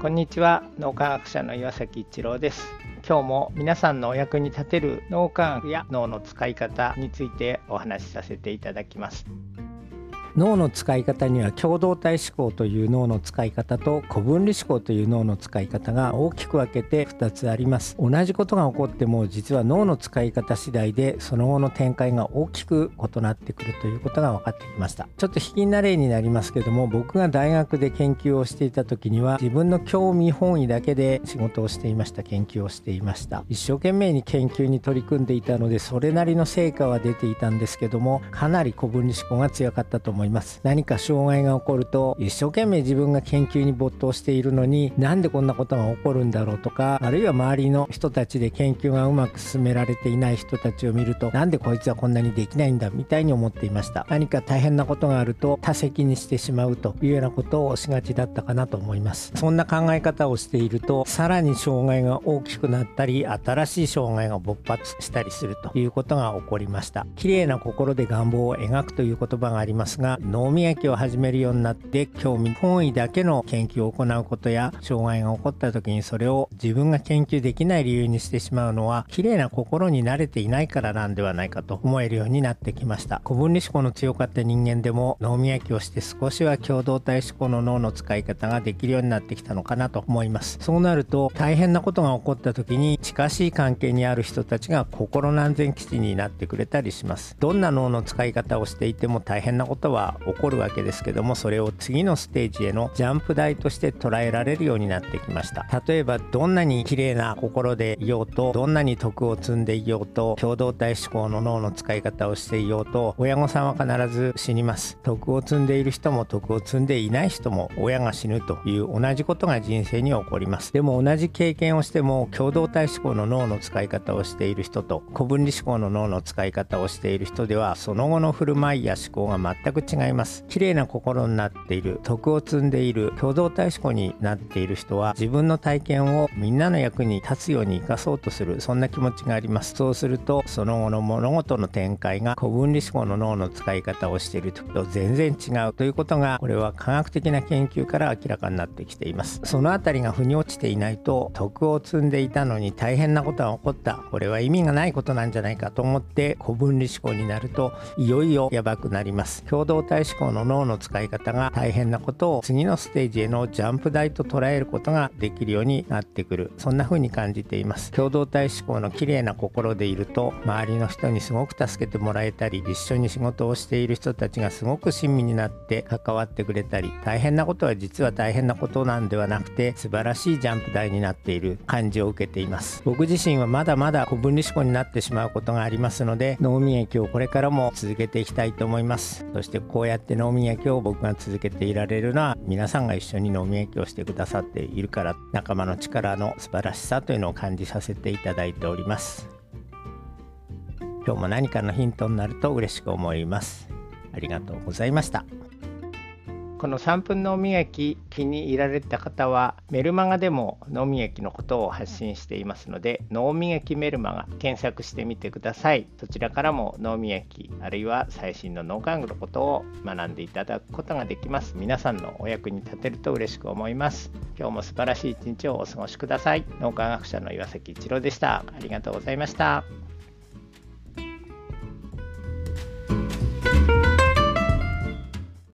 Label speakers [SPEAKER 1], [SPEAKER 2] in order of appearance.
[SPEAKER 1] こんにちは、脳科学者の岩崎一郎です。今日も皆さんのお役に立てる脳科学や脳の使い方についてお話しさせていただきます。脳の使い方には共同体思考という脳の使い方と古分離思考という脳の使い方が大きく分けて2つあります。同じことが起こっても実は脳の使い方次第でその後の展開が大きく異なってくるということが分かってきました。ちょっと卑近な例になりますけども、僕が大学で研究をしていた時には自分の興味本位だけで仕事をしていました。研究をしていました。一生懸命に研究に取り組んでいたのでそれなりの成果は出ていたんですけども、かなり古分離思考が強かったと思います。何か障害が起こると一生懸命自分が研究に没頭しているのに、なんでこんなことが起こるんだろうとか、あるいは周りの人たちで研究がうまく進められていない人たちを見ると、なんでこいつはこんなにできないんだみたいに思っていました。何か大変なことがあると他責にしてしまうというようなことをしがちだったかなと思います。そんな考え方をしていると、さらに障害が大きくなったり新しい障害が勃発したりするということが起こりました。綺麗な心で願望を描くという言葉がありますが、脳磨きを始めるようになって興味本位だけの研究を行うことや、障害が起こった時にそれを自分が研究できない理由にしてしまうのは綺麗な心に慣れていないからなんではないかと思えるようになってきました。古分離思考の強かった人間でも脳磨きをして少しは共同体思考の脳の使い方ができるようになってきたのかなと思います。そうなると大変なことが起こった時に近しい関係にある人たちが心の安全基地になってくれたりします。どんな脳の使い方をしていても大変なことは起こるわけですけども、それを次のステージへのジャンプ台として捉えられるようになってきました。例えばどんなに綺麗な心でいようと、どんなに徳を積んでいようと、共同体思考の脳の使い方をしていようと、親御さんは必ず死にます。徳を積んでいる人も徳を積んでいない人も親が死ぬという同じことが人生に起こります。でも同じ経験をしても共同体思考の脳の使い方をしている人と古分離思考の脳の使い方をしている人では、その後の振る舞いや思考が全く違います。綺麗な心になっている、徳を積んでいる共同体思考になっている人は、自分の体験をみんなの役に立つように生かそうとする、そんな気持ちがあります。そうするとその後の物事の展開が古分離思考の脳の使い方をしている時と全然違うということが、これは科学的な研究から明らかになってきています。そのあたりが腑に落ちていないと、徳を積んでいたのに大変なことが起こった、これは意味がないことなんじゃないかと思って古分離思考になると、いよいよやばくなります。共同体思考の脳の使い方が大変なことを次のステージへのジャンプ台と捉えることができるようになってくる、そんな風に感じています。共同体思考の綺麗な心でいると、周りの人にすごく助けてもらえたり、一緒に仕事をしている人たちがすごく親身になって関わってくれたり、大変なことは実は大変なことなんではなくて素晴らしいジャンプ台になっている感じを受けています。僕自身はまだまだ古分離思考になってしまうことがありますので、脳磨きをこれからも続けていきたいと思います。そしてこうやって脳磨きを僕が続けていられるのは、皆さんが一緒に脳磨きをしてくださっているから、仲間の力の素晴らしさというのを感じさせていただいております。今日も何かのヒントになると嬉しく思います。ありがとうございました。この3分脳磨き気に入られた方は、メルマガでも脳磨きのことを発信していますので、脳磨きメルマガ検索してみてください。そちらからも脳磨き、あるいは最新の脳科学のことを学んでいただくことができます。皆さんのお役に立てると嬉しく思います。今日も素晴らしい一日をお過ごしください。脳科学者の岩崎一郎でした。ありがとうございました。